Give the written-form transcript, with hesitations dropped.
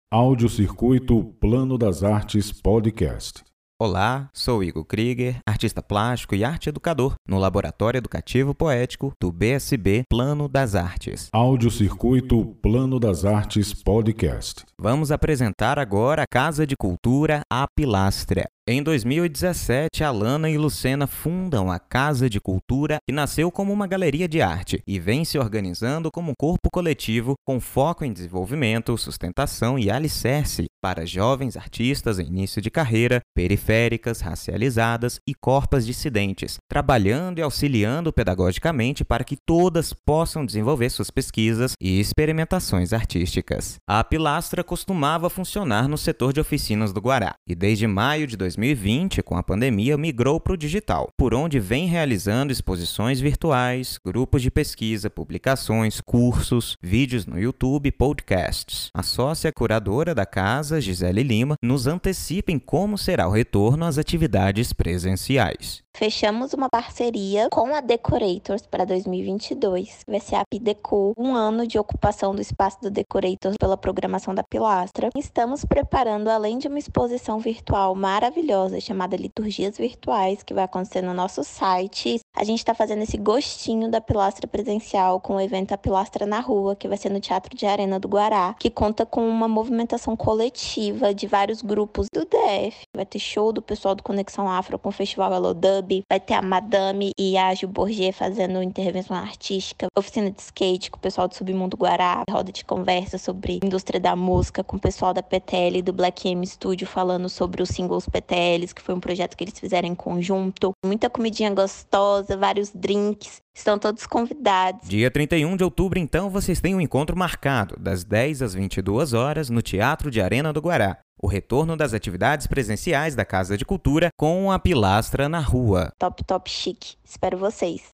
Audiocircuito Plano das Artes Podcast. Olá, sou Igor Krieger, artista plástico e arte educador no Laboratório Educativo Poético do BSB Plano das Artes. Audiocircuito Plano das Artes Podcast. Vamos apresentar agora a Casa de Cultura A Pilastra. Em 2017, Alana e Lucena fundam a Casa de Cultura, que nasceu como uma galeria de arte e vem se organizando como um corpo coletivo com foco em desenvolvimento, sustentação e alicerce para jovens artistas em início de carreira, periféricas, racializadas e corpas dissidentes, trabalhando e auxiliando pedagogicamente para que todas possam desenvolver suas pesquisas e experimentações artísticas. A Pilastra costumava funcionar no setor de oficinas do Guará e desde maio de 2020, com a pandemia, migrou para o digital, por onde vem realizando exposições virtuais, grupos de pesquisa, publicações, cursos, vídeos no YouTube e podcasts. A sócia curadora da casa, Gisele Lima, nos antecipa em como será o retorno às atividades presenciais. Fechamos uma parceria com a Decorators para 2022. Vai ser a PDECO, um ano de ocupação do espaço do Decorators pela programação da Pilastra. Estamos preparando, além de uma exposição virtual maravilhosa chamada Liturgias Virtuais, que vai acontecer no nosso site. A gente está fazendo esse gostinho da Pilastra presencial com o evento A Pilastra na Rua, que vai ser no Teatro de Arena do Guará, que conta com uma movimentação coletiva de vários grupos do DF. Vai ter show do pessoal do Conexão Afro com o Festival Hello Dub, vai ter a Madame e a Gil Borget fazendo intervenção artística, oficina de skate com o pessoal do Submundo Guará, roda de conversa sobre indústria da música com o pessoal da PTL e do Black M Studio falando sobre os singles PTLs, que foi um projeto que eles fizeram em conjunto. Muita comidinha gostosa, vários drinks. Estão todos convidados. Dia 31 de outubro, então, vocês têm um encontro marcado, das 10 às 22 horas, no Teatro de Arena do Guará. O retorno das atividades presenciais da Casa de Cultura com a Pilastra na Rua. Top chique. Espero vocês.